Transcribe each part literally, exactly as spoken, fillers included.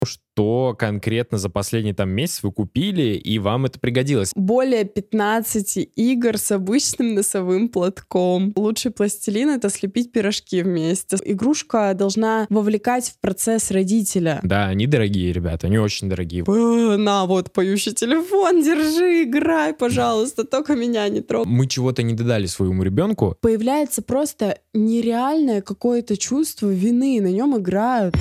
что конкретно за последний там месяц вы купили, и вам это пригодилось. Более пятнадцати игр с обычным носовым платком. Лучший пластилин — это слепить пирожки вместе. Игрушка должна вовлекать в процесс родителя. Да, они дорогие, ребята, они очень дорогие. Э, На, вот, поющий телефон, держи, играй, пожалуйста, только меня не трогай. Мы чего-то не додали своему ребенку. Появляется просто нереальное какое-то чувство вины, на нем играют.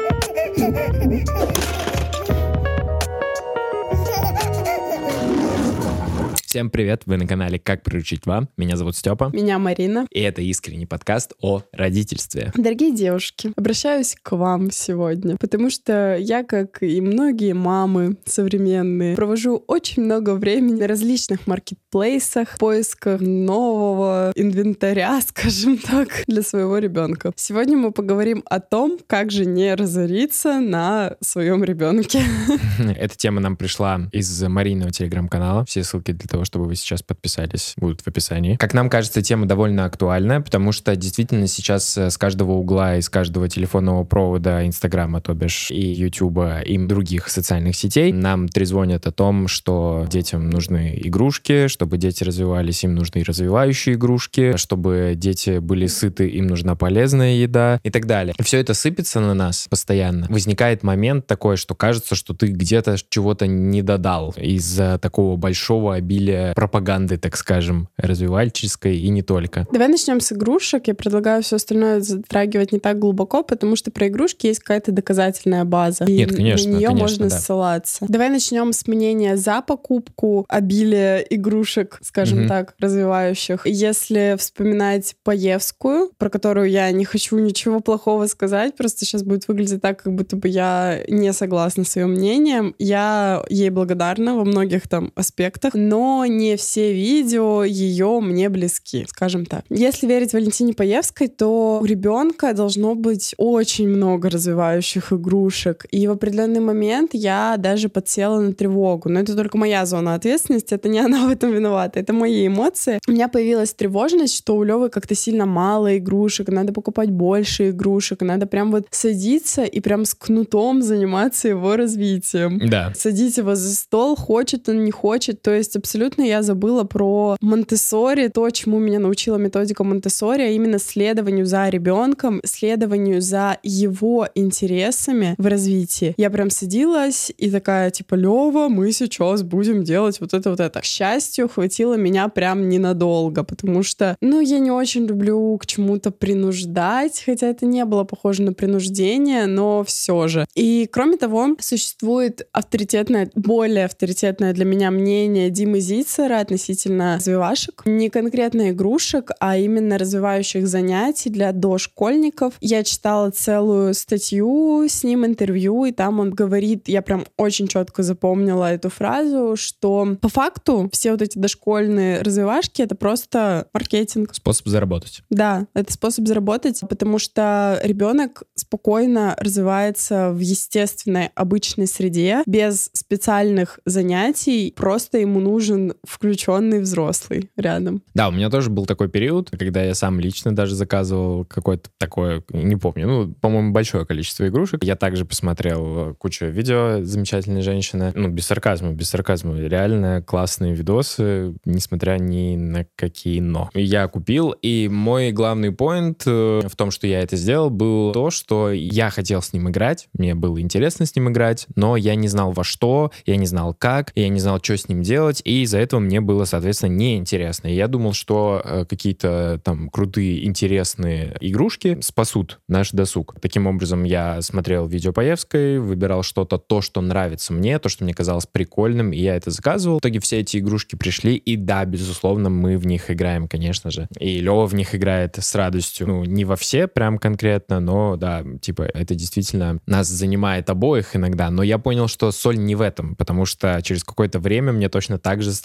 Всем привет, вы на канале «Как приручить вам». Меня зовут Степа. Меня Марина. И это искренний подкаст о родительстве. Дорогие девушки, обращаюсь к вам сегодня, потому что я, как и многие мамы современные, провожу очень много времени на различных маркетплейсах в поисках нового инвентаря, скажем так, для своего ребенка. Сегодня мы поговорим о том, как же не разориться на своем ребенке. Эта тема нам пришла из Мариного телеграм-канала. Все ссылки для того, чтобы вы сейчас подписались, будут в описании. Как нам кажется, тема довольно актуальная, потому что действительно сейчас с каждого угла, из каждого телефонного провода Инстаграма, то бишь и Ютуба, и других социальных сетей, нам трезвонят о том, что детям нужны игрушки, чтобы дети развивались, им нужны развивающие игрушки, чтобы дети были сыты, им нужна полезная еда и так далее. И все это сыпется на нас постоянно. Возникает момент такой, что кажется, что ты где-то чего-то не додал из-за такого большого обилия пропаганды, так скажем, развивальческой и не только. Давай начнем с игрушек. Я предлагаю все остальное затрагивать не так глубоко, потому что про игрушки есть какая-то доказательная база. И Нет, конечно, на нее конечно, можно да. ссылаться. Давай начнем с мнения за покупку обилия игрушек, скажем Мгм. так, развивающих. Если вспоминать Паевскую, про которую я не хочу ничего плохого сказать, просто сейчас будет выглядеть так, как будто бы я не согласна с ее мнением. Я ей благодарна во многих там аспектах, но не все видео ее мне близки, скажем так. Если верить Валентине Паевской, то у ребенка должно быть очень много развивающих игрушек. И в определенный момент я даже подсела на тревогу. Но это только моя зона ответственности, это не она в этом виновата, это мои эмоции. У меня появилась тревожность, что у Лёвы как-то сильно мало игрушек, надо покупать больше игрушек, надо прям вот садиться и прям с кнутом заниматься его развитием. Да. Садить его за стол, хочет он, не хочет. То есть абсолютно я забыла про Монтессори, то, чему меня научила методика Монтессори, а именно следованию за ребенком, следованию за его интересами в развитии. Я прям садилась и такая, типа, Лёва, мы сейчас будем делать вот это, вот это. К счастью, хватило меня прям ненадолго, потому что, ну, я не очень люблю к чему-то принуждать, хотя это не было похоже на принуждение, но все же. И, кроме того, существует авторитетное, более авторитетное для меня мнение Димы Зицера относительно развивашек. Не конкретно игрушек, а именно развивающих занятий для дошкольников. Я читала целую статью с ним, интервью, и там он говорит, я прям очень четко запомнила эту фразу, что по факту все вот эти дошкольные развивашки — это просто маркетинг. Способ заработать. Да, это способ заработать, потому что ребенок спокойно развивается в естественной, обычной среде, без специальных занятий, просто ему нужен включенный взрослый рядом. Да, у меня тоже был такой период, когда я сам лично даже заказывал какое-то такое, не помню, ну, по-моему, большое количество игрушек. Я также посмотрел кучу видео замечательной женщины. Ну, без сарказма, без сарказма. Реально классные видосы, несмотря ни на какие «но». Я купил, и мой главный поинт в том, что я это сделал, был то, что я хотел с ним играть, мне было интересно с ним играть, но я не знал во что, я не знал как, я не знал, что с ним делать, и из-за этого мне было, соответственно, неинтересно. И я думал, что э, какие-то там крутые, интересные игрушки спасут наш досуг. Таким образом, я смотрел видео Паевской, выбирал что-то, то, что нравится мне, то, что мне казалось прикольным, и я это заказывал. В итоге все эти игрушки пришли, и да, безусловно, мы в них играем, конечно же. И Лёва в них играет с радостью. Ну, не во все прям конкретно, но да, типа, это действительно нас занимает обоих иногда. Но я понял, что соль не в этом, потому что через какое-то время мне точно так же стало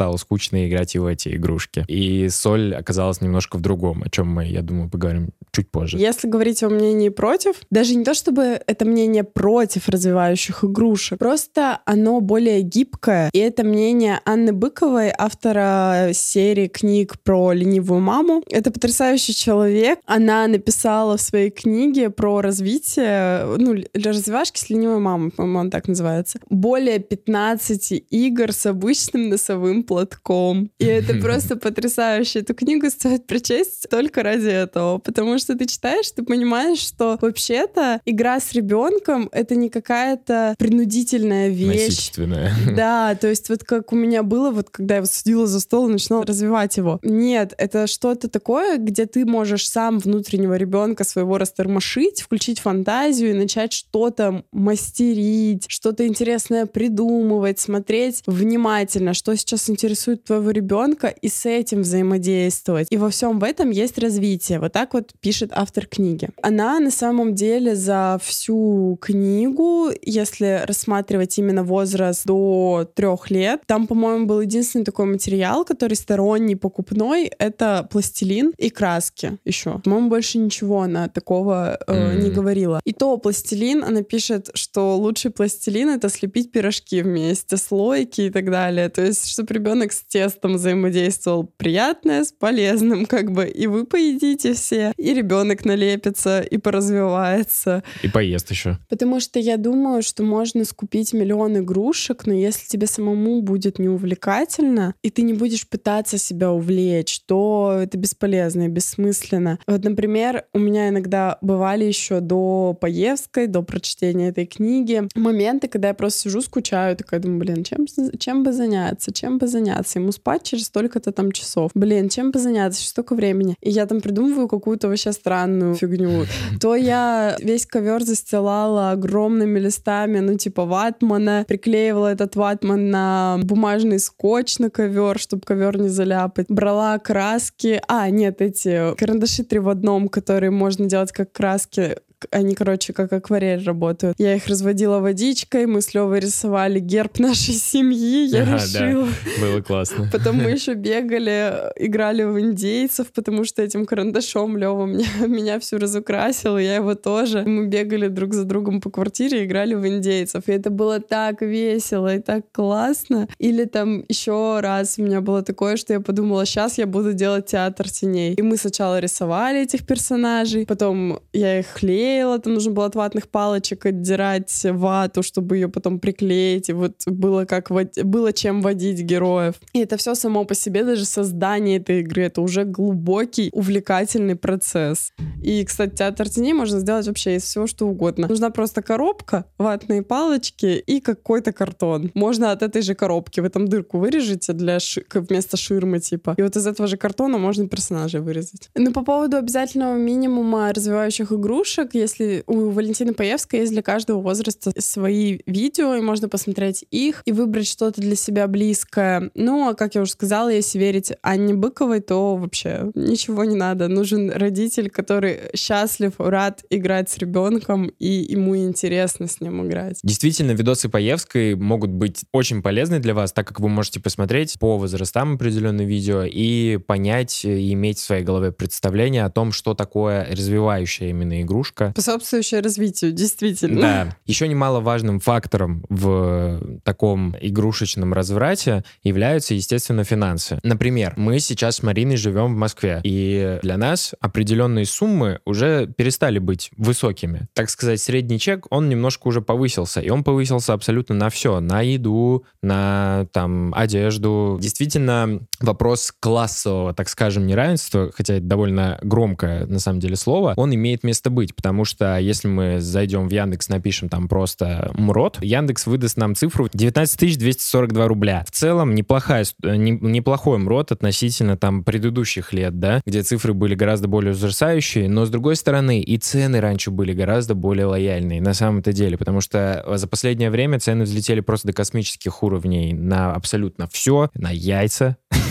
стало скучно играть и в эти игрушки. И соль оказалась немножко в другом, о чем мы, я думаю, поговорим чуть позже. Если говорить о мнении против, даже не то, чтобы это мнение против развивающих игрушек, просто оно более гибкое. И это мнение Анны Быковой, автора серии книг про ленивую маму. Это потрясающий человек. Она написала в своей книге про развитие, ну, для развивашки с ленивой мамой, по-моему, он так называется, более пятнадцати игр с обычным носовым платком. И это просто потрясающе. Эту книгу стоит прочесть только ради этого, потому что ты читаешь, ты понимаешь, что вообще-то игра с ребенком — это не какая-то принудительная вещь. Насильственная. Да, то есть вот как у меня было, вот когда я вот сидела за стол и начинала развивать его. Нет, это что-то такое, где ты можешь сам внутреннего ребенка своего растормошить, включить фантазию и начать что-то мастерить, что-то интересное придумывать, смотреть внимательно, что сейчас интересует твоего ребенка, и с этим взаимодействовать. И во всем в этом есть развитие. Вот так вот пишет автор книги. Она на самом деле за всю книгу, если рассматривать именно возраст до трех лет, там, по-моему, был единственный такой материал, который сторонний, покупной, это пластилин и краски еще. По-моему, больше ничего она такого э, mm. не говорила. И то пластилин, она пишет, что лучший пластилин — это слепить пирожки вместе, слойки и так далее. То есть, чтобы ребенок с тестом взаимодействовал приятное с полезным, как бы, и вы поедите все, и ребенок налепится, и поразвивается. И поест еще. Потому что я думаю, что можно скупить миллион игрушек, но если тебе самому будет неувлекательно, и ты не будешь пытаться себя увлечь, то это бесполезно и бессмысленно. Вот, например, у меня иногда бывали еще до Паевской, до прочтения этой книги, моменты, когда я просто сижу, скучаю, такая думаю, блин, чем, чем бы заняться, чем бы заняться? Ему спать через столько-то там часов. Блин, чем бы заняться? Еще столько времени. И я там придумываю какую-то вообще странную фигню. То я весь ковер застилала огромными листами, ну, типа ватмана, приклеивала этот ватман на бумажный скотч на ковер, чтобы ковер не заляпать. Брала краски. А, нет, эти карандаши три в одном, которые можно делать как краски. Они, короче, как акварель работают. Я их разводила водичкой, мы с Лёвой рисовали герб нашей семьи, я ага, решила. Да. Было классно. Потом мы еще бегали, играли в индейцев, потому что этим карандашом Лёва меня, меня всю разукрасил, и я его тоже. Мы бегали друг за другом по квартире, играли в индейцев. И это было так весело и так классно. Или там еще раз у меня было такое, что я подумала, сейчас я буду делать театр теней. И мы сначала рисовали этих персонажей, потом я их клеила, там нужно было от ватных палочек отдирать вату, чтобы ее потом приклеить, и вот было как вод... было чем водить героев. И это все само по себе, даже создание этой игры, это уже глубокий, увлекательный процесс. И, кстати, театр теней можно сделать вообще из всего, что угодно. Нужна просто коробка, ватные палочки и какой-то картон. Можно от этой же коробки в этом дырку вырежете для ши... вместо ширмы, типа. И вот из этого же картона можно персонажей вырезать. Ну, по поводу обязательного минимума развивающих игрушек, если у Валентины Паевской есть для каждого возраста свои видео, и можно посмотреть их и выбрать что-то для себя близкое. Ну, а как я уже сказала, если верить Анне Быковой, то вообще ничего не надо. Нужен родитель, который счастлив, рад играть с ребенком, и ему интересно с ним играть. Действительно, видосы Паевской могут быть очень полезны для вас, так как вы можете посмотреть по возрастам определенные видео и понять, и иметь в своей голове представление о том, что такое развивающая именно игрушка. Способствующее развитию, действительно. Да. Еще немаловажным фактором в таком игрушечном разврате являются, естественно, финансы. Например, мы сейчас с Мариной живем в Москве, и для нас определенные суммы уже перестали быть высокими. Так сказать, средний чек, он немножко уже повысился, и он повысился абсолютно на все. На еду, на там одежду. Действительно, вопрос классового, так скажем, неравенства, хотя это довольно громкое, на самом деле, слово, он имеет место быть, потому что если мы зайдем в Яндекс, напишем там просто МРОТ, Яндекс выдаст нам цифру девятнадцать тысяч двести сорок два рубля. В целом неплохая, не, неплохой МРОТ относительно там предыдущих лет, да, где цифры были гораздо более ужасающие, но с другой стороны и цены раньше были гораздо более лояльные на самом-то деле, потому что за последнее время цены взлетели просто до космических уровней на абсолютно все, на яйца,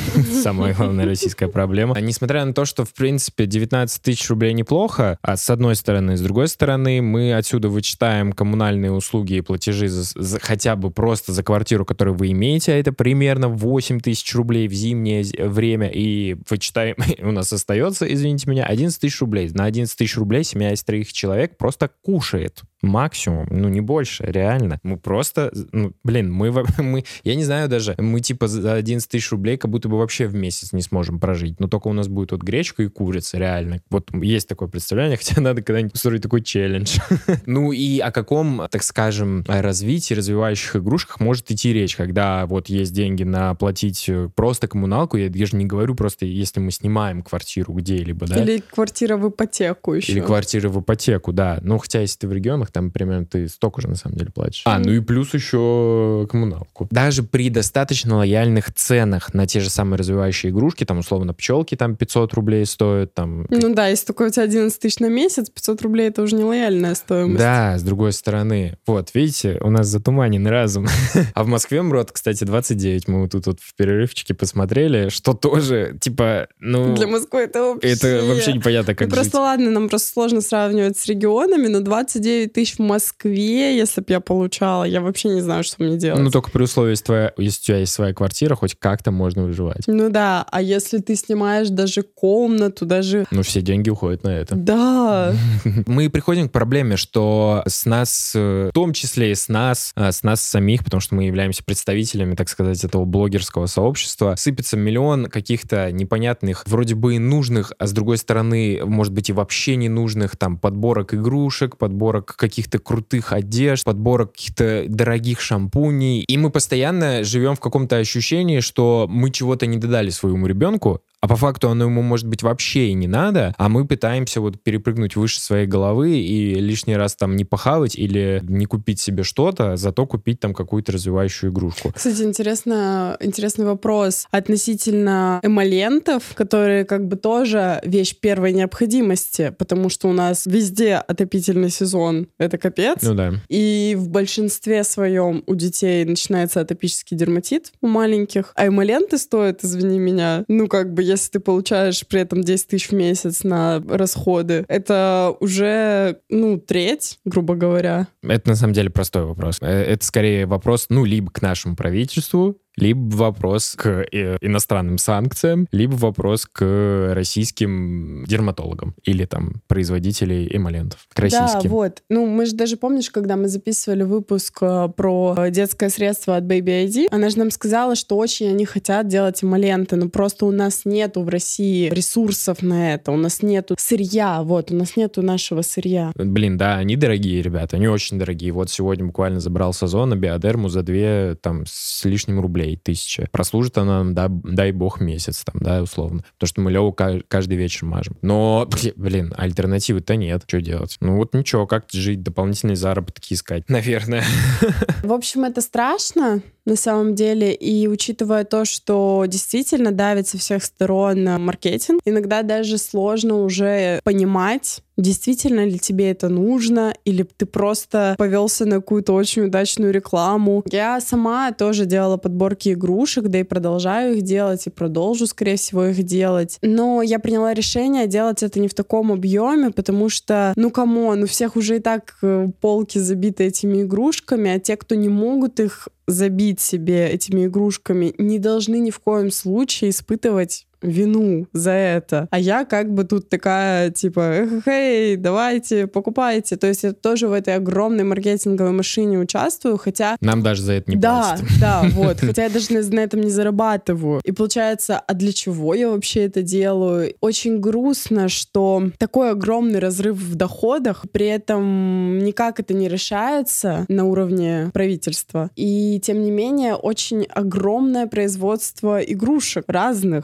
Самая главная российская проблема. Несмотря на то, что, в принципе, девятнадцать тысяч рублей неплохо, а с одной стороны, с другой стороны, мы отсюда вычитаем коммунальные услуги и платежи за, за, хотя бы просто за квартиру, которую вы имеете, а это примерно восемь тысяч рублей в зимнее время, и вычитаем, у нас остается, извините меня, одиннадцать тысяч рублей. На одиннадцать тысяч рублей семья из троих человек просто кушает. Максимум, ну не больше, реально. Мы просто, ну, блин, мы, мы, я не знаю даже, мы типа за одиннадцать тысяч рублей как будто бы вообще в месяц не сможем прожить. Но только у нас будет вот гречка и курица, реально. Вот есть такое представление, хотя надо когда-нибудь устроить такой челлендж. Ну и о каком, так скажем, развитии развивающих игрушках может идти речь, когда вот есть деньги на оплатить просто коммуналку, я даже не говорю просто, если мы снимаем квартиру где-либо, да? Или квартира в ипотеку еще. Или квартира в ипотеку, да. Ну, хотя если ты в регионах, там примерно ты столько же на самом деле платишь. А, ну и плюс еще коммуналку. Даже при достаточно лояльных ценах на те же самые развивающие игрушки, там условно пчелки там пятьсот рублей стоят, там... Ну да, если такой у тебя одиннадцать тысяч на месяц, пятьсот рублей это уже не лояльная стоимость. Да, с другой стороны. Вот, видите, у нас затуманен разум. А в Москве МРОТ, кстати, двадцать девять. Мы вот тут вот в перерывчике посмотрели, что тоже, типа, ну... Для Москвы это вообще... Это вообще непонятно, как ну, жить. Просто ладно, нам просто сложно сравнивать с регионами, но двадцать девять тысяч в Москве, если бы я получала, я вообще не знаю, что мне делать. Ну, только при условии, если, твоя, если у тебя есть своя квартира, хоть как-то можно выживать. Ну да, а если ты снимаешь даже комнату, даже... Ну, все деньги уходят на это. Да. Мы приходим к проблеме, что с нас, в том числе и с нас, с нас самих, потому что мы являемся представителями, так сказать, этого блогерского сообщества, сыпется миллион каких-то непонятных, вроде бы и нужных, а с другой стороны, может быть, и вообще ненужных там подборок игрушек, подборок каких-то крутых одежд, подборок каких-то дорогих шампуней. И мы постоянно живем в каком-то ощущении, что мы чего-то не додали своему ребенку, а по факту оно ему, может быть, вообще и не надо, а мы пытаемся вот перепрыгнуть выше своей головы и лишний раз там не похавать или не купить себе что-то, зато купить там какую-то развивающую игрушку. Кстати, интересно, интересный вопрос относительно эмолентов, которые как бы тоже вещь первой необходимости, потому что у нас везде отопительный сезон — это капец. Ну да. И в большинстве своем у детей начинается атопический дерматит у маленьких, а эмоленты стоят, извини меня, ну как бы если ты получаешь при этом десять тысяч в месяц на расходы, это уже, ну, треть, грубо говоря. Это на самом деле простой вопрос. Это скорее вопрос, ну, либо к нашему правительству, либо вопрос к иностранным санкциям, либо вопрос к российским дерматологам или там производителей эмолентов, к российским. Да, вот. Ну, мы же даже, помнишь, когда мы записывали выпуск про детское средство от Baby ай ди, она же нам сказала, что очень они хотят делать эмоленты, но просто у нас нету в России ресурсов на это, у нас нету сырья, вот, у нас нету нашего сырья. Блин, да, они дорогие, ребята, они очень дорогие. Вот сегодня буквально забрал с Озона биодерму за две, там, с лишним рублей. Тысяча. Прослужит она нам, да, дай бог, месяц, там, да, условно. Потому что мы Леву каждый вечер мажем. Но, блин, альтернативы-то нет. Что делать? Ну вот ничего, как жить, дополнительные заработки искать, наверное. В общем, это страшно, на самом деле, и учитывая то, что действительно давит со всех сторон маркетинг, иногда даже сложно уже понимать, действительно ли тебе это нужно, или ты просто повелся на какую-то очень удачную рекламу. Я сама тоже делала подборки игрушек, да и продолжаю их делать, и продолжу, скорее всего, их делать. Но я приняла решение делать это не в таком объеме, потому что, ну, камон, у всех уже и так полки забиты этими игрушками, а те, кто не могут их забить себе этими игрушками, не должны ни в коем случае испытывать вину за это. А я как бы тут такая, типа, эй, давайте, покупайте. То есть я тоже в этой огромной маркетинговой машине участвую, хотя... Нам даже за это не да, платят. Да, вот. Хотя я даже на, на этом не зарабатываю. И получается, а для чего я вообще это делаю? Очень грустно, что такой огромный разрыв в доходах, при этом никак это не решается на уровне правительства. И тем не менее, очень огромное производство игрушек разных, в том числе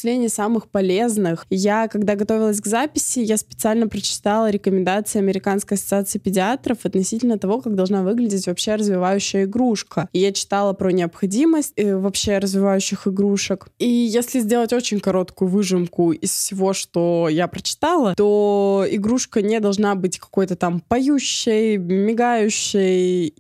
числе не самых полезных. Я, когда готовилась к записи, я специально прочитала рекомендации Американской ассоциации педиатров относительно того, как должна выглядеть вообще развивающая игрушка. И я читала про необходимость э, вообще развивающих игрушек. И если сделать очень короткую выжимку из всего, что я прочитала, то игрушка не должна быть какой-то там поющей, мигающей,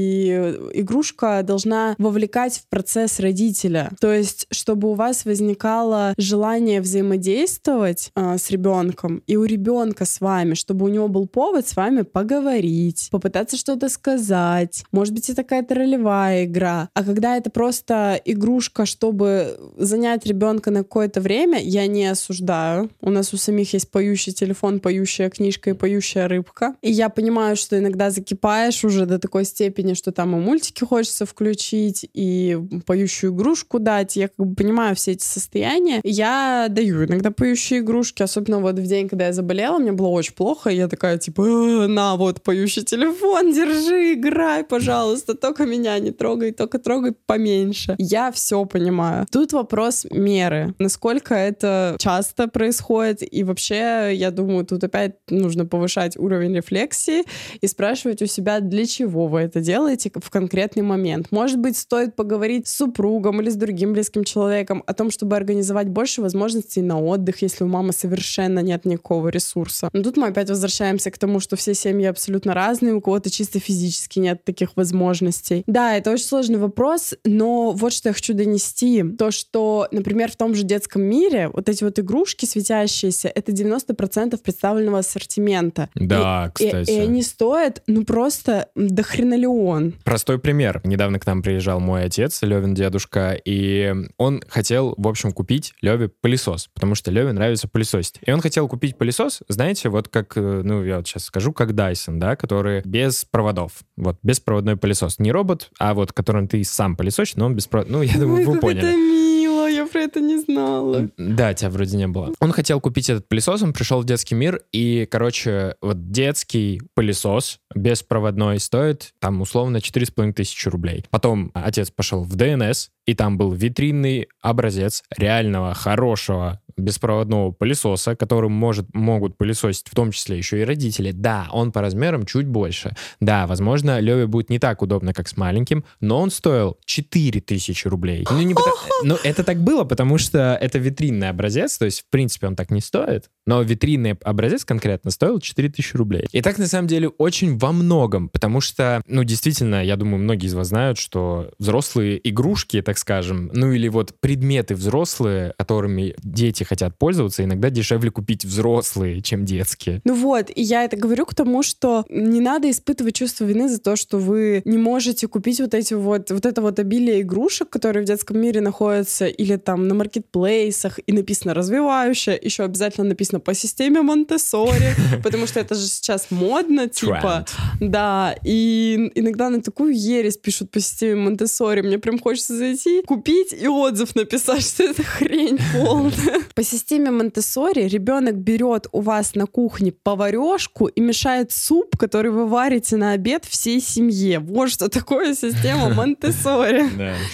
и игрушка должна вовлекать в процесс родителя. То есть, чтобы у вас возникало желание взаимодействовать э, с ребенком, и у ребенка с вами, чтобы у него был повод с вами поговорить, попытаться что-то сказать. Может быть, это какая-то ролевая игра. А когда это просто игрушка, чтобы занять ребенка на какое-то время, я не осуждаю. У нас у самих есть поющий телефон, поющая книжка и поющая рыбка. И я понимаю, что иногда закипаешь уже до такой степени, что там и мультики хочется включить, и поющую игрушку дать. Я как бы понимаю все эти состояния. Я даю иногда поющие игрушки, особенно вот в день, когда я заболела, мне было очень плохо, и я такая, типа, на, вот, поющий телефон, держи, играй, пожалуйста, только меня не трогай, только трогай поменьше. Я все понимаю. Тут вопрос меры. Насколько это часто происходит, и вообще, я думаю, тут опять нужно повышать уровень рефлексии и спрашивать у себя, для чего вы это делаете в конкретный момент. Может быть, стоит поговорить с супругом или с другим близким человеком о том, чтобы организовать больше возможностей на отдых, если у мамы совершенно нет никакого ресурса. Но тут мы опять возвращаемся к тому, что все семьи абсолютно разные, у кого-то чисто физически нет таких возможностей. Да, это очень сложный вопрос, но вот что я хочу донести. То, что, например, в том же детском мире вот эти вот игрушки светящиеся, это девяносто процентов представленного ассортимента. Да, и, кстати. И, и они стоят, ну, просто дохренолеон. Простой пример. Недавно к нам приезжал мой отец, Левин дедушка, и он хотел, в общем, купить Леве пылесос, потому что Леве нравится пылесосить. И он хотел купить пылесос, знаете, вот как, ну, я вот сейчас скажу, как Dyson, да, который без проводов. Вот, беспроводной пылесос. Не робот, а вот, которым ты сам пылесосишь, но он беспроводной. Ну, я думаю, Ой, вы как поняли. Это мило, я про это не знала. Да, тебя вроде не было. Он хотел купить этот пылесос, он пришел в детский мир, и, короче, вот детский пылесос беспроводной стоит там условно четыре с половиной тысячи рублей. Потом отец пошел в ДНС, и там был витринный образец реального, хорошего беспроводного пылесоса, которым может, могут пылесосить в том числе еще и родители. Да, он по размерам чуть больше. Да, возможно, Леве будет не так удобно, как с маленьким, но он стоил четыре тысячи рублей. Ну, не потому... ну, это так было, потому что это витринный образец, то есть, в принципе, он так не стоит, но витринный образец конкретно стоил четыре тысячи рублей. И так, на самом деле, очень во многом, потому что, ну, действительно, я думаю, многие из вас знают, что взрослые игрушки, так скажем, ну, или вот предметы взрослые, которыми дети хотят пользоваться, иногда дешевле купить взрослые, чем детские. Ну вот, и я это говорю к тому, что не надо испытывать чувство вины за то, что вы не можете купить вот эти вот, вот это вот обилие игрушек, которые в детском мире находятся, или там на маркетплейсах, и написано «развивающее», еще обязательно написано по системе Монтессори, потому что это же сейчас модно, типа, да, и иногда на такую ересь пишут по системе Монтессори, мне прям хочется зайти, купить и отзыв написать, что это хрень полная. По системе Монтессори ребенок берет у вас на кухне поварешку и мешает суп, который вы варите на обед всей семье. Вот что такое система Монтессори.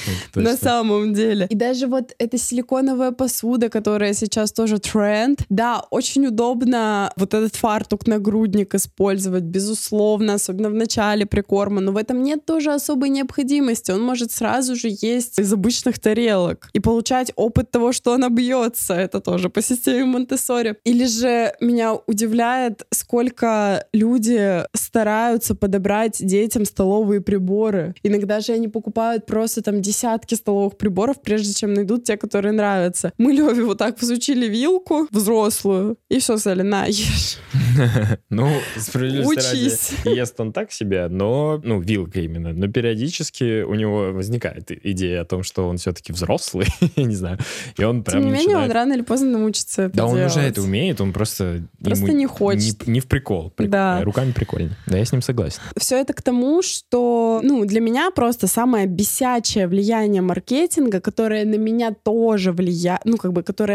На самом деле. И даже вот эта силиконовая посуда, которая сейчас тоже тренд. Да, очень удобно вот этот фартук-нагрудник использовать, безусловно, особенно в начале прикорма, но в этом нет тоже особой необходимости. Он может сразу же есть из обычных тарелок и получать опыт того, что она бьется. Это тоже по системе Монтессори. Или же меня удивляет, сколько люди стараются подобрать детям столовые приборы. Иногда же они покупают просто там десятки столовых приборов, прежде чем найдут те, которые нравятся. Мы Леве вот так всучили вилку взрослую, и все, сказали, на, ешь. Ну, справедливости ради, ест он так себе, но, ну, вилка именно, но периодически у него возникает идея о том, что он все-таки взрослый, я не знаю, и он прям Тем не менее, начинает... он рано или поздно научится это да, делать. он уже это умеет, он просто... Просто ему не хочет. Не, не в прикол. прикол. Да. Руками прикольно. Да, я с ним согласен. Все это к тому, что, ну, для меня просто самое бесячее влияние маркетинга, которое на меня тоже влияет, ну, как бы, которое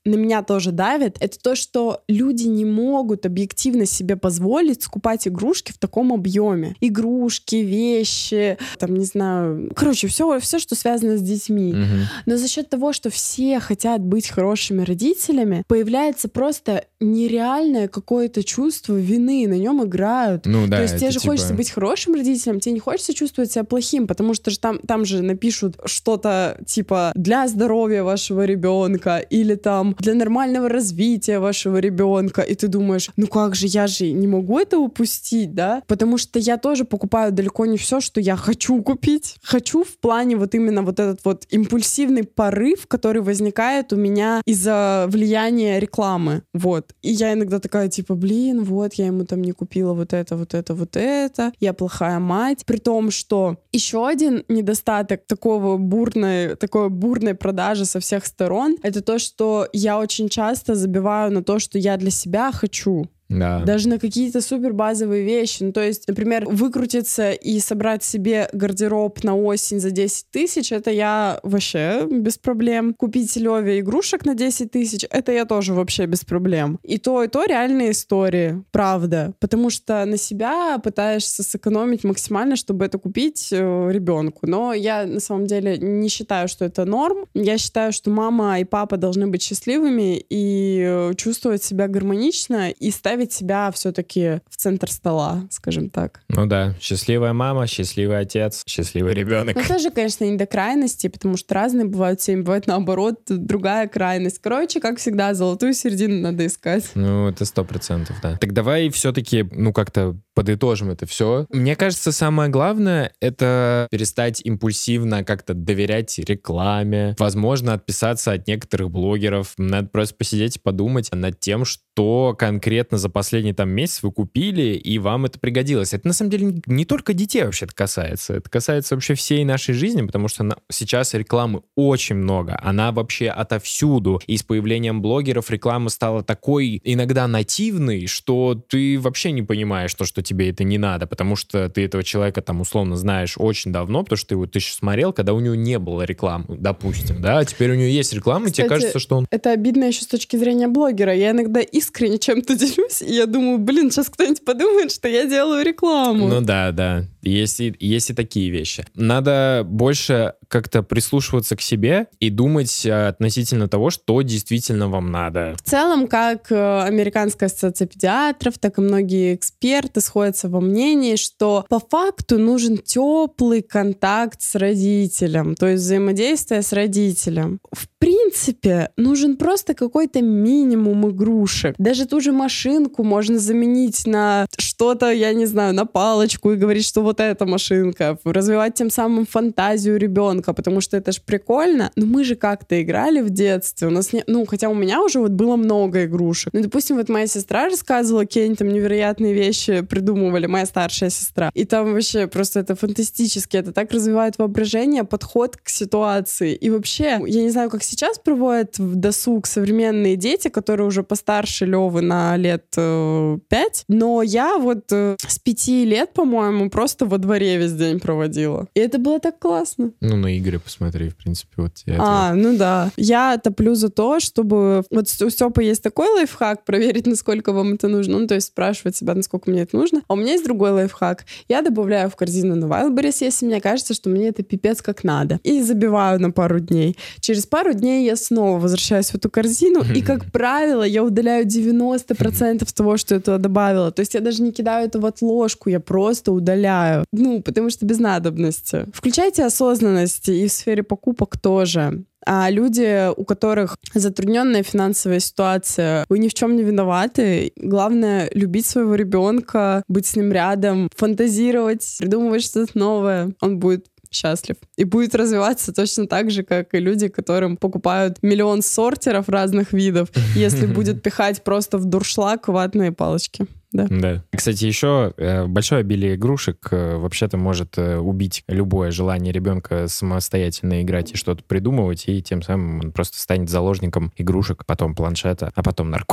на меня тоже давит, это то, что люди не могут объективно себе позволить скупать игрушки в таком объеме. Игрушки, вещи, там, не знаю, короче, все, все, что связано с детьми. Мгм. Но за счет того, что все хотят быть хорошими родителями, появляется просто нереальное какое-то чувство вины, на нем играют. Ну да, То есть тебе это же типа- хочется быть хорошим родителем, тебе не хочется чувствовать себя плохим, потому что же там, там же напишут что-то типа для здоровья вашего ребенка или там для нормального развития вашего ребенка, и ты думаешь, ну как же, я же не могу это упустить, да? Потому что я тоже покупаю далеко не все, что я хочу купить. Хочу в плане вот именно вот этот вот импульсивный порыв, который возникает у меня из-за влияния рекламы. Вот. И я иногда такая, типа, блин, вот, я ему там не купила вот это, вот это, вот это. Я плохая мать. При том, что еще один недостаток такого бурной, такой бурной продажи со всех сторон, это то, что я очень часто забиваю на то, что я для себя хочу. Да. Даже на какие-то супер базовые вещи. Ну, то есть, например, выкрутиться и собрать себе гардероб на осень за десять тысяч, это я вообще без проблем. Купить Леве игрушек на десять тысяч, это я тоже вообще без проблем. И то, и то реальные истории, правда. Потому что на себя пытаешься сэкономить максимально, чтобы это купить э, ребенку. Но я на самом деле не считаю, что это норм. Я считаю, что мама и папа должны быть счастливыми и э, чувствовать себя гармонично и ставить себя все-таки в центр стола, скажем так. Ну да, счастливая мама, счастливый отец, счастливый ребенок. Ну, тоже, конечно, не до крайности, потому что разные бывают семьи, бывает наоборот, другая крайность. Короче, как всегда, золотую середину надо искать. Ну, это сто процентов, да. Так давай все-таки, ну, как-то подытожим это все. Мне кажется, самое главное — это перестать импульсивно как-то доверять рекламе. Возможно, отписаться от некоторых блогеров. Надо просто посидеть и подумать над тем, что конкретно за последний там месяц вы купили, и вам это пригодилось. Это, на самом деле, не только детей вообще это касается. Это касается вообще всей нашей жизни, потому что на- сейчас рекламы очень много. Она вообще отовсюду. И с появлением блогеров реклама стала такой иногда нативной, что ты вообще не понимаешь то, что тебе это не надо, потому что ты этого человека там условно знаешь очень давно, потому что ты его ты еще смотрел, когда у него не было рекламы, допустим, да, а теперь у него есть реклама, и тебе Кстати, кажется, что он... Это обидно еще с точки зрения блогера. Я иногда искренне чем-то делюсь, и я думаю, блин, сейчас кто-нибудь подумает, что я делаю рекламу. Ну да, да. Есть и, есть и такие вещи. Надо больше как-то прислушиваться к себе и думать э, относительно того, что действительно вам надо. В целом, как э, Американская ассоциация педиатров, так и многие эксперты сходятся во мнении, что по факту нужен теплый контакт с родителем, то есть взаимодействие с родителем. В принципе, нужен просто какой-то минимум игрушек. Даже ту же машинку можно заменить на что-то, я не знаю, на палочку и говорить, что вот эта машинка. Развивать тем самым фантазию ребенка, потому что это ж прикольно. Но мы же как-то играли в детстве. У нас не... Ну, хотя у меня уже вот было много игрушек. Ну, допустим, вот моя сестра рассказывала, какие они там невероятные вещи придумывали, моя старшая сестра. И там вообще просто это фантастически. Это так развивает воображение, подход к ситуации. И вообще, я не знаю, как сейчас проводят в досуг современные дети, которые уже постарше Лёвы на лет э, пять. Но я вот э, с пяти лет, по-моему, просто во дворе весь день проводила. И это было так классно. Ну, на игры посмотри, в принципе, вот тебе А, ну да. Я топлю за то, чтобы... Вот у Стёпы есть такой лайфхак, проверить, насколько вам это нужно. Ну, то есть спрашивать себя, насколько мне это нужно. А у меня есть другой лайфхак. Я добавляю в корзину на Wildberries, если мне кажется, что мне это пипец как надо. И забиваю на пару дней. Через пару дней я снова возвращаюсь в эту корзину, и, как правило, я удаляю девяносто процентов того, что я туда добавила. То есть я даже не кидаю это в отложку, я просто удаляю. Ну, потому что без надобности. Включайте осознанность и в сфере покупок тоже. А люди, у которых затрудненная финансовая ситуация, вы ни в чем не виноваты. Главное — любить своего ребенка, быть с ним рядом, фантазировать, придумывать что-то новое. Он будет счастлив. И будет развиваться точно так же, как и люди, которым покупают миллион сортеров разных видов, если будет пихать просто в дуршлаг ватные палочки. Да. Да. Кстати, еще э, большое обилие игрушек э, вообще-то может э, убить любое желание ребенка самостоятельно играть и что-то придумывать, и тем самым он просто станет заложником игрушек, потом планшета, а потом наркотиков.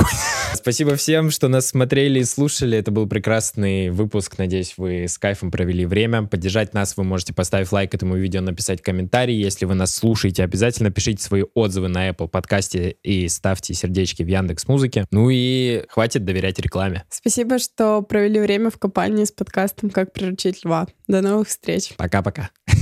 Спасибо всем, что нас смотрели и слушали. Это был прекрасный выпуск. Надеюсь, вы с кайфом провели время. Поддержать нас вы можете, поставив лайк этому видео, написать комментарий. Если вы нас слушаете, обязательно пишите свои отзывы на Apple подкасте и ставьте сердечки в Яндекс.Музыке. Ну и хватит доверять рекламе. Спасибо, что провели время в компании с подкастом «Как приручить льва». До новых встреч. Пока-пока.